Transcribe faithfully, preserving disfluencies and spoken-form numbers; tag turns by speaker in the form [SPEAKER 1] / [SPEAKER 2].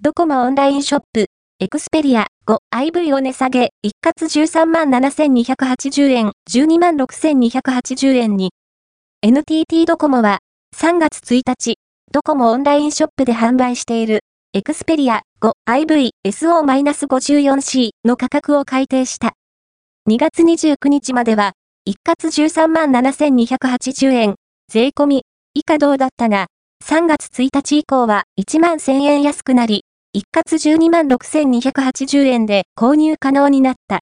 [SPEAKER 1] ドコモオンラインショップ、エクスペリア ごアイブイ を値下げ、一括じゅうさんまんななせんにひゃくはちじゅうえん、じゅうにまんろくせんにひゃくはちじゅうえんに。エヌティーティー ドコモは、さんがつついたち、ドコモオンラインショップで販売している、エクスペリア ごアイブイエスオーごじゅうよんシー の価格を改定した。にがつにじゅうくにちまでは、一括じゅうさんまんななせんにひゃくはちじゅうえん、税込み、以下同だったが、さんがつついたち以降はいちまんせんえん安くなり、一括じゅうにまんろくせんにひゃくはちじゅうえんで購入可能になった。